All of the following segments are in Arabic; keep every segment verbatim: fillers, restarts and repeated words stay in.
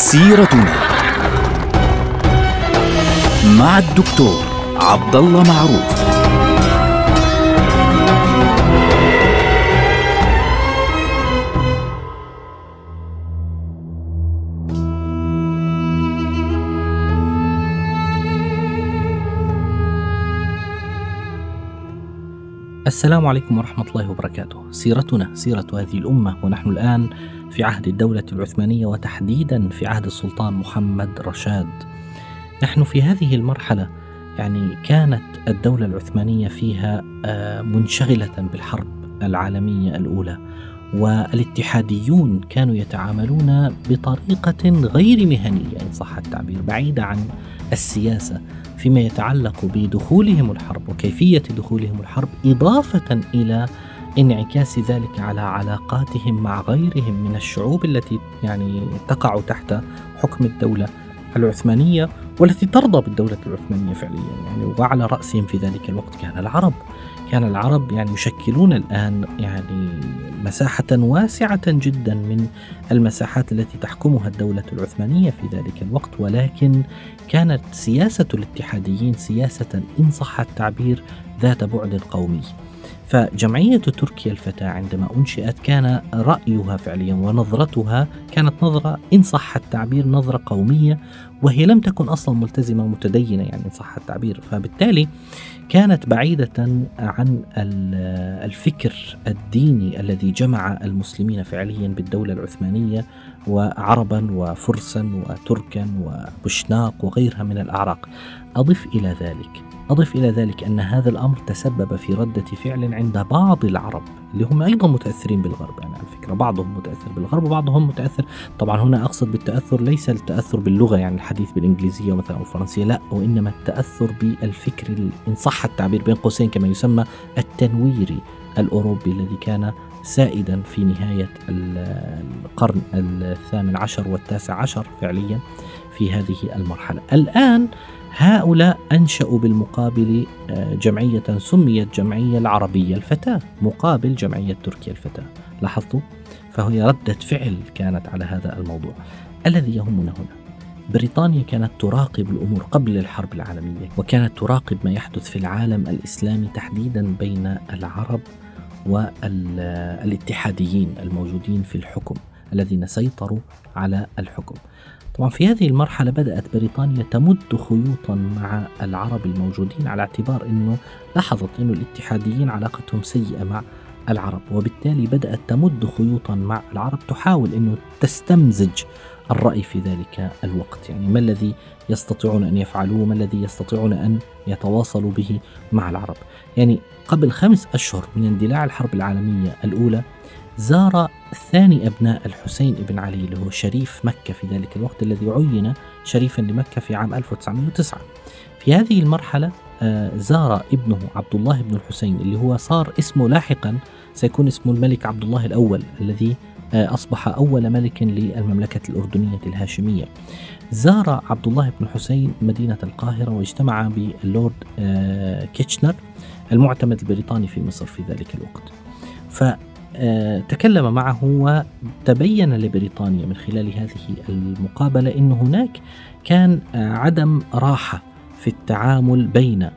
سيرتنا مع الدكتور عبد الله معروف. السلام عليكم ورحمة الله وبركاته. سيرتنا سيرة هذه الأمة، ونحن الآن في عهد الدولة العثمانية، وتحديدا في عهد السلطان محمد رشاد. نحن في هذه المرحلة يعني كانت الدولة العثمانية فيها منشغلة بالحرب العالمية الأولى، والاتحاديون كانوا يتعاملون بطريقة غير مهنية إن صح التعبير، بعيدة عن السياسة فيما يتعلق بدخولهم الحرب وكيفية دخولهم الحرب، إضافة إلى انعكاس ذلك على علاقاتهم مع غيرهم من الشعوب التي يعني تقع تحت حكم الدولة العثمانية والتي ترضى بالدولة العثمانية فعليا يعني. وعلى رأسهم في ذلك الوقت كان العرب. كان العرب يعني يشكلون الآن يعني مساحة واسعة جدا من المساحات التي تحكمها الدولة العثمانية في ذلك الوقت، ولكن كانت سياسة الاتحاديين سياسة إن صح التعبير ذات بعد قومي. فجمعية تركيا الفتاة عندما أنشئت كان رأيها فعليا ونظرتها كانت نظرة إن صح التعبير نظرة قومية، وهي لم تكن أصلا ملتزمة متدينة يعني إن صح التعبير. فبالتالي كانت بعيدة عن الفكر الديني الذي جمع المسلمين فعليا بالدولة العثمانية، وعربا وفرسا وتركا وبشناق وغيرها من الأعراق. أضف إلى ذلك أضف إلى ذلك أن هذا الأمر تسبب في ردة فعل عند بعض العرب اللي هم أيضا متأثرين بالغرب. يعني على فكرة بعضهم متأثر بالغرب وبعضهم متأثر، طبعا هنا أقصد بالتأثر ليس التأثر باللغة يعني الحديث بالإنجليزية مثلا أو الفرنسية، لا، وإنما التأثر بالفكر إن صح التعبير بين قوسين كما يسمى التنويري الأوروبي الذي كان سائدا في نهاية القرن الثامن عشر والتاسع عشر فعليا في هذه المرحلة. الآن هؤلاء أنشأوا بالمقابل جمعية سميت جمعية العربية الفتاة مقابل جمعية تركيا الفتاة. لاحظتوا؟ فهي ردة فعل كانت على هذا الموضوع. الذي يهمنا هنا بريطانيا كانت تراقب الأمور قبل الحرب العالمية، وكانت تراقب ما يحدث في العالم الإسلامي تحديدا بين العرب والاتحاديين الموجودين في الحكم الذين سيطروا على الحكم. طبعا في هذه المرحلة بدأت بريطانيا تمد خيوطا مع العرب الموجودين، على اعتبار أنه لاحظت أنه الاتحاديين علاقتهم سيئة مع العرب، وبالتالي بدأت تمد خيوطا مع العرب تحاول أنه تستمزج الرأي في ذلك الوقت. يعني ما الذي يستطيعون أن يفعلوه، ما الذي يستطيعون أن يتواصلوا به مع العرب. يعني قبل خمس أشهر من اندلاع الحرب العالمية الأولى زار ثاني أبناء الحسين بن علي اللي هو شريف مكة في ذلك الوقت، الذي عين شريفا لمكة في عام ألف وتسعمائة وتسعة. في هذه المرحلة زار ابنه عبد الله بن الحسين اللي هو صار اسمه لاحقا سيكون اسمه الملك عبد الله الأول، الذي أصبح أول ملك للمملكة الأردنية الهاشمية. زار عبد الله بن الحسين مدينة القاهرة واجتمع باللورد كيتشنر المعتمد البريطاني في مصر في ذلك الوقت. ف تكلم معه، وتبين لبريطانيا من خلال هذه المقابلة أن هناك كان عدم راحة في التعامل بين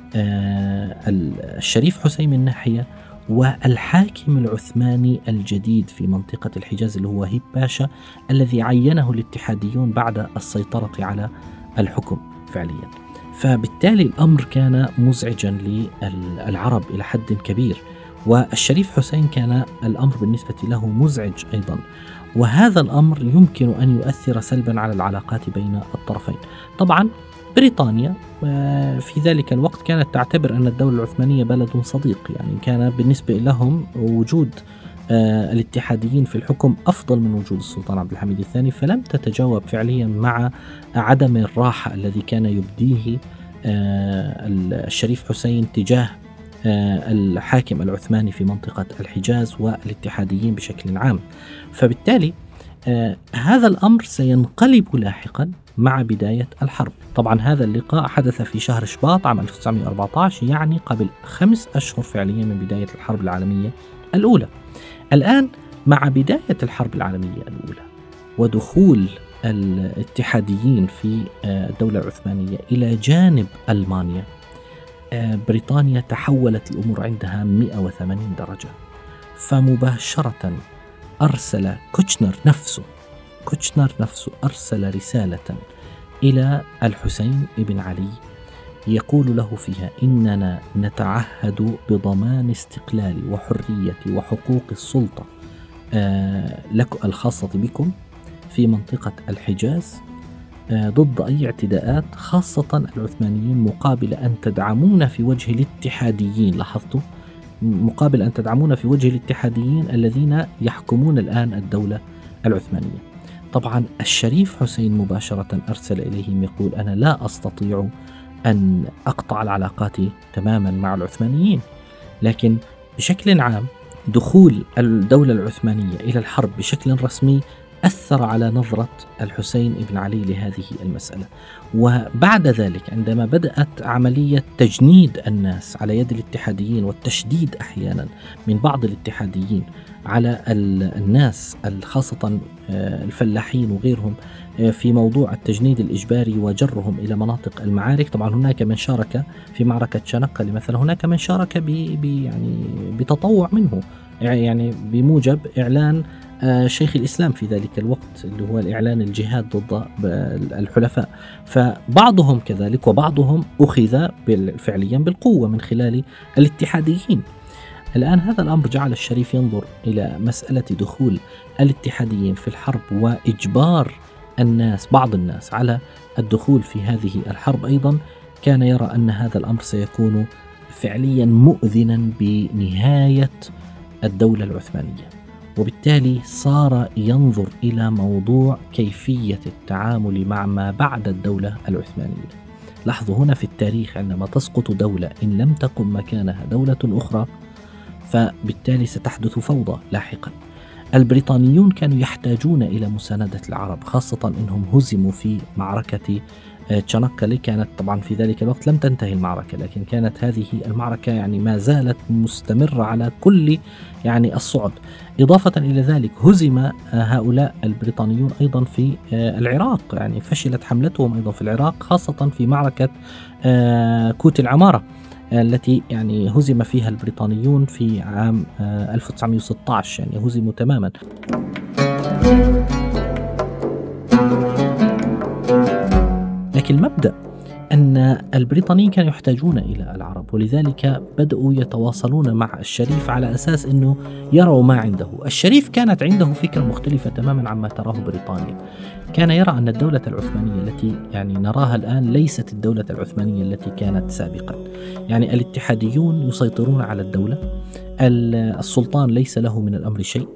الشريف حسين من ناحية والحاكم العثماني الجديد في منطقة الحجاز اللي هو هيب باشا، الذي عينه الاتحاديون بعد السيطرة على الحكم فعليا. فبالتالي الأمر كان مزعجا للعرب إلى حد كبير، والشريف حسين كان الأمر بالنسبة له مزعج أيضا، وهذا الأمر يمكن أن يؤثر سلبا على العلاقات بين الطرفين. طبعا بريطانيا في ذلك الوقت كانت تعتبر أن الدولة العثمانية بلد صديق، يعني كان بالنسبة لهم وجود الاتحاديين في الحكم أفضل من وجود السلطان عبد الحميد الثاني، فلم تتجاوب فعليا مع عدم الراحة الذي كان يبديه الشريف حسين تجاه الحاكم العثماني في منطقة الحجاز والاتحاديين بشكل عام. فبالتالي هذا الأمر سينقلب لاحقا مع بداية الحرب. طبعا هذا اللقاء حدث في شهر شباط عام ألف وتسعمائة وأربعة عشر، يعني قبل خمس أشهر فعليا من بداية الحرب العالمية الأولى. الآن مع بداية الحرب العالمية الأولى ودخول الاتحاديين في الدولة العثمانية إلى جانب ألمانيا، بريطانيا تحولت الأمور عندها مئة وثمانين درجة. فمباشرة أرسل كوتشنر نفسه كوتشنر نفسه أرسل رسالة إلى الحسين بن علي يقول له فيها: إننا نتعهد بضمان استقلال وحرية وحقوق السلطة لك الخاصة بكم في منطقة الحجاز ضد أي اعتداءات، خاصة العثمانيين، مقابل أن تدعمون في وجه الاتحاديين. لاحظتوا؟ مقابل أن تدعمون في وجه الاتحاديين الذين يحكمون الآن الدولة العثمانية. طبعا الشريف حسين مباشرة أرسل إليهم يقول: أنا لا أستطيع أن أقطع العلاقات تماما مع العثمانيين، لكن بشكل عام دخول الدولة العثمانية إلى الحرب بشكل رسمي أثر على نظرة الحسين بن علي لهذه المسألة. وبعد ذلك عندما بدأت عملية تجنيد الناس على يد الاتحاديين والتشديد أحيانا من بعض الاتحاديين على الناس خاصة الفلاحين وغيرهم في موضوع التجنيد الإجباري وجرهم إلى مناطق المعارك، طبعا هناك من شارك في معركة شنقة مثلا، هناك من شارك ب يعني بتطوع منه، يعني بموجب إعلان شيخ الإسلام في ذلك الوقت اللي هو الإعلان الجهاد ضد الحلفاء. فبعضهم كذلك وبعضهم أخذ فعليا بالقوة من خلال الاتحاديين. الآن هذا الأمر جعل الشريف ينظر إلى مسألة دخول الاتحاديين في الحرب وإجبار الناس بعض الناس على الدخول في هذه الحرب. أيضا كان يرى أن هذا الأمر سيكون فعليا مؤذنا بنهاية الدولة العثمانية، وبالتالي صار ينظر إلى موضوع كيفية التعامل مع ما بعد الدولة العثمانية. لاحظوا هنا في التاريخ عندما تسقط دولة إن لم تقم مكانها دولة أخرى فبالتالي ستحدث فوضى لاحقا. البريطانيون كانوا يحتاجون إلى مساندة العرب، خاصة أنهم هزموا في معركة تشانكالي. كانت طبعا في ذلك الوقت لم تنتهي المعركة، لكن كانت هذه المعركة يعني ما زالت مستمرة على كل يعني الصعد. إضافة إلى ذلك هزم هؤلاء البريطانيون أيضا في العراق، يعني فشلت حملتهم أيضا في العراق، خاصة في معركة كوت العمارة التي يعني هزم فيها البريطانيون في عام ألف وتسعمائة وستة عشر، يعني هزموا تماما. لكن المبدأ أن البريطانيين كانوا يحتاجون إلى العرب، ولذلك بدأوا يتواصلون مع الشريف على أساس أنه يروا ما عنده. الشريف كانت عنده فكرة مختلفة تماما عما تراه بريطانيا. كان يرى أن الدولة العثمانية التي يعني نراها الآن ليست الدولة العثمانية التي كانت سابقا. يعني الاتحاديون يسيطرون على الدولة، السلطان ليس له من الأمر شيء،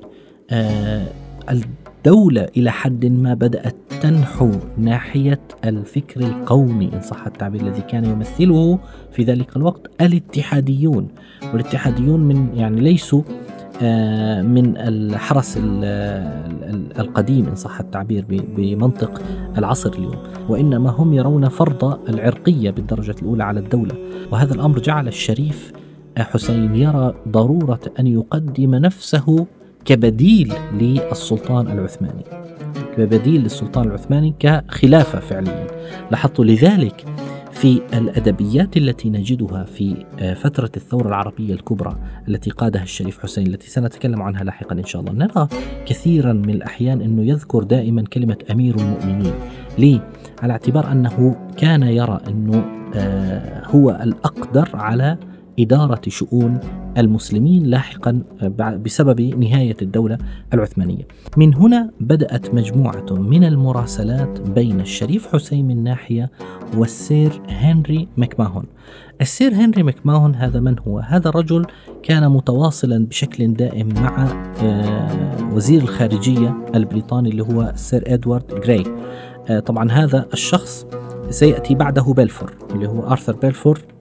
الدولة إلى حد ما بدأت تنحو ناحية الفكر القومي إن صح التعبير، الذي كان يمثله في ذلك الوقت الاتحاديون. والاتحاديون من يعني ليسوا من الحرس القديم إن صح التعبير بمنطق العصر اليوم، وإنما هم يرون فرض العرقية بالدرجة الأولى على الدولة. وهذا الأمر جعل الشريف حسين يرى ضرورة أن يقدم نفسه كبديل للسلطان العثماني، كبديل للسلطان العثماني كخلافة فعليا. لاحظوا لذلك في الأدبيات التي نجدها في فترة الثورة العربية الكبرى التي قادها الشريف حسين، التي سنتكلم عنها لاحقا إن شاء الله، نرى كثيرا من الأحيان أنه يذكر دائما كلمة أمير المؤمنين. ليه؟ على اعتبار أنه كان يرى أنه هو الأقدر على إدارة شؤون المسلمين لاحقا بسبب نهاية الدولة العثمانية. من هنا بدأت مجموعة من المراسلات بين الشريف حسين من ناحية والسير هنري مكماهون. السير هنري مكماهون هذا من هو؟ هذا الرجل كان متواصلا بشكل دائم مع وزير الخارجية البريطاني اللي هو سير إدوارد غراي. طبعا هذا الشخص سيأتي بعده بلفور اللي هو آرثر بلفور،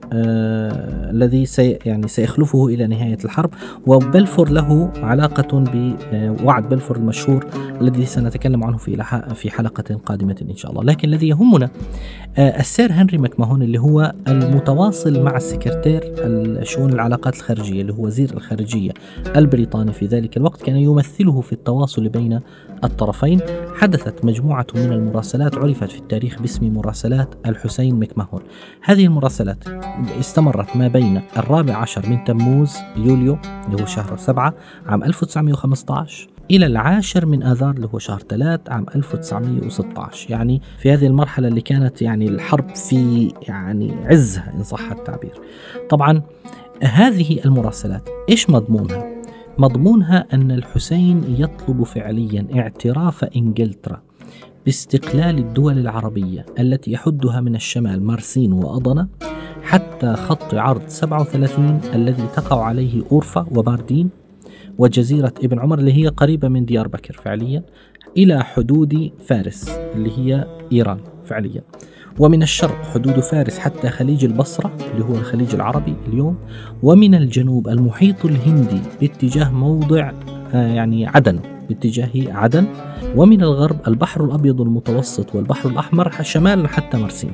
آه الذي سي يعني سيخلفه إلى نهاية الحرب. وبلفور له علاقة بوعد بلفور المشهور الذي سنتكلم عنه في في حلقة قادمة إن شاء الله. لكن الذي يهمنا آه السير هنري مكماهون اللي هو المتواصل مع السكرتير الشؤون العلاقات الخارجية اللي هو وزير الخارجية البريطاني في ذلك الوقت، كان يمثله في التواصل بين الطرفين. حدثت مجموعة من المراسلات عرفت في التاريخ باسم مراسلات الحسين مكماهون. هذه المراسلات استمرت ما بين الرابع عشر من تموز يوليو اللي هو شهر سبعة عام ألف وتسعمائة وخمسة عشر إلى العاشر من آذار اللي هو شهر ثلاث عام ألف وتسعمائة وستة عشر. يعني في هذه المرحلة اللي كانت يعني الحرب في يعني عزها إن صح التعبير. طبعا هذه المراسلات إيش مضمونها؟ مضمونها أن الحسين يطلب فعليا اعتراف إنجلترا باستقلال الدول العربية التي يحدها من الشمال مارسين وأضنا حتى خط عرض سبعة وثلاثين الذي تقع عليه أورفا وباردين وجزيرة ابن عمر اللي هي قريبة من ديار بكر فعليا إلى حدود فارس اللي هي إيران فعليا، ومن الشرق حدود فارس حتى خليج البصرة اللي هو الخليج العربي اليوم، ومن الجنوب المحيط الهندي باتجاه موضع آه يعني عدن باتجاه عدن، ومن الغرب البحر الأبيض المتوسط والبحر الأحمر شمالا حتى مرسين.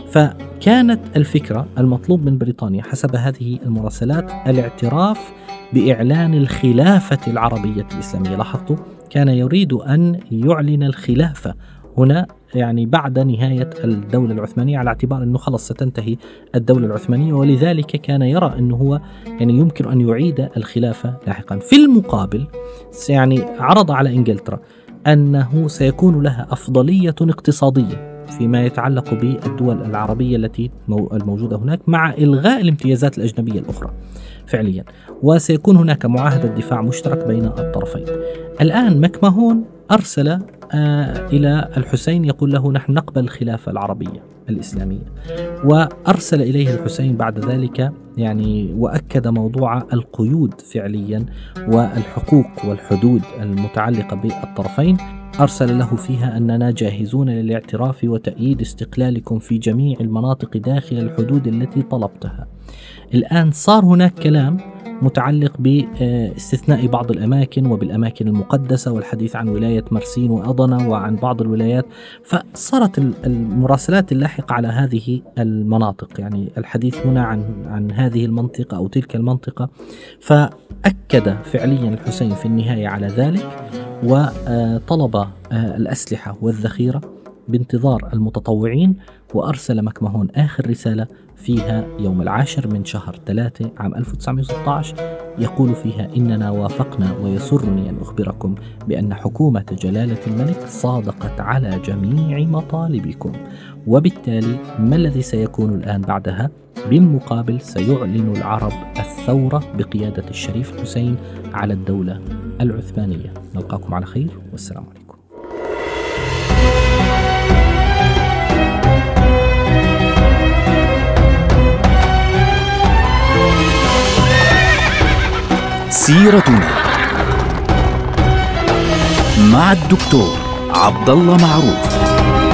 فكانت الفكرة المطلوب من بريطانيا حسب هذه المراسلات الاعتراف بإعلان الخلافة العربية الإسلامية. لاحظتوا كان يريد أن يعلن الخلافة هنا يعني بعد نهاية الدولة العثمانية، على اعتبار أنه خلص ستنتهي الدولة العثمانية، ولذلك كان يرى أنه هو يعني يمكن أن يعيد الخلافة لاحقا. في المقابل يعني عرض على إنجلترا أنه سيكون لها أفضلية اقتصادية فيما يتعلق بالدول العربية التي الموجودة هناك مع إلغاء الامتيازات الأجنبية الأخرى فعليا، وسيكون هناك معاهدة دفاع مشترك بين الطرفين. الآن مكماهون أرسل آه إلى الحسين يقول له نحن نقبل الخلافة العربية الإسلامية، وأرسل إليه الحسين بعد ذلك يعني وأكد موضوع القيود فعليا والحقوق والحدود المتعلقة بالطرفين. أرسل له فيها أننا جاهزون للاعتراف وتأييد استقلالكم في جميع المناطق داخل الحدود التي طلبتها. الآن صار هناك كلام متعلق باستثناء بعض الأماكن وبالأماكن المقدسة والحديث عن ولاية مرسين وأضنا وعن بعض الولايات، فصارت المراسلات اللاحقة على هذه المناطق، يعني الحديث هنا عن عن هذه المنطقة أو تلك المنطقة. فأكد فعليا الحسين في النهاية على ذلك وطلب الأسلحة والذخيرة بانتظار المتطوعين، وأرسل مكماهون آخر رسالة فيها يوم العاشر من شهر ثلاثة عام ألف وتسعمائة وستة عشر يقول فيها إننا وافقنا ويسرني أن أخبركم بأن حكومة جلالة الملك صادقت على جميع مطالبكم، وبالتالي ما الذي سيكون الآن بعدها؟ بالمقابل سيعلن العرب الثورة بقيادة الشريف الحسين على الدولة العثمانية. نلقاكم على خير والسلام عليكم. سيرتنا مع الدكتور عبد الله معروف.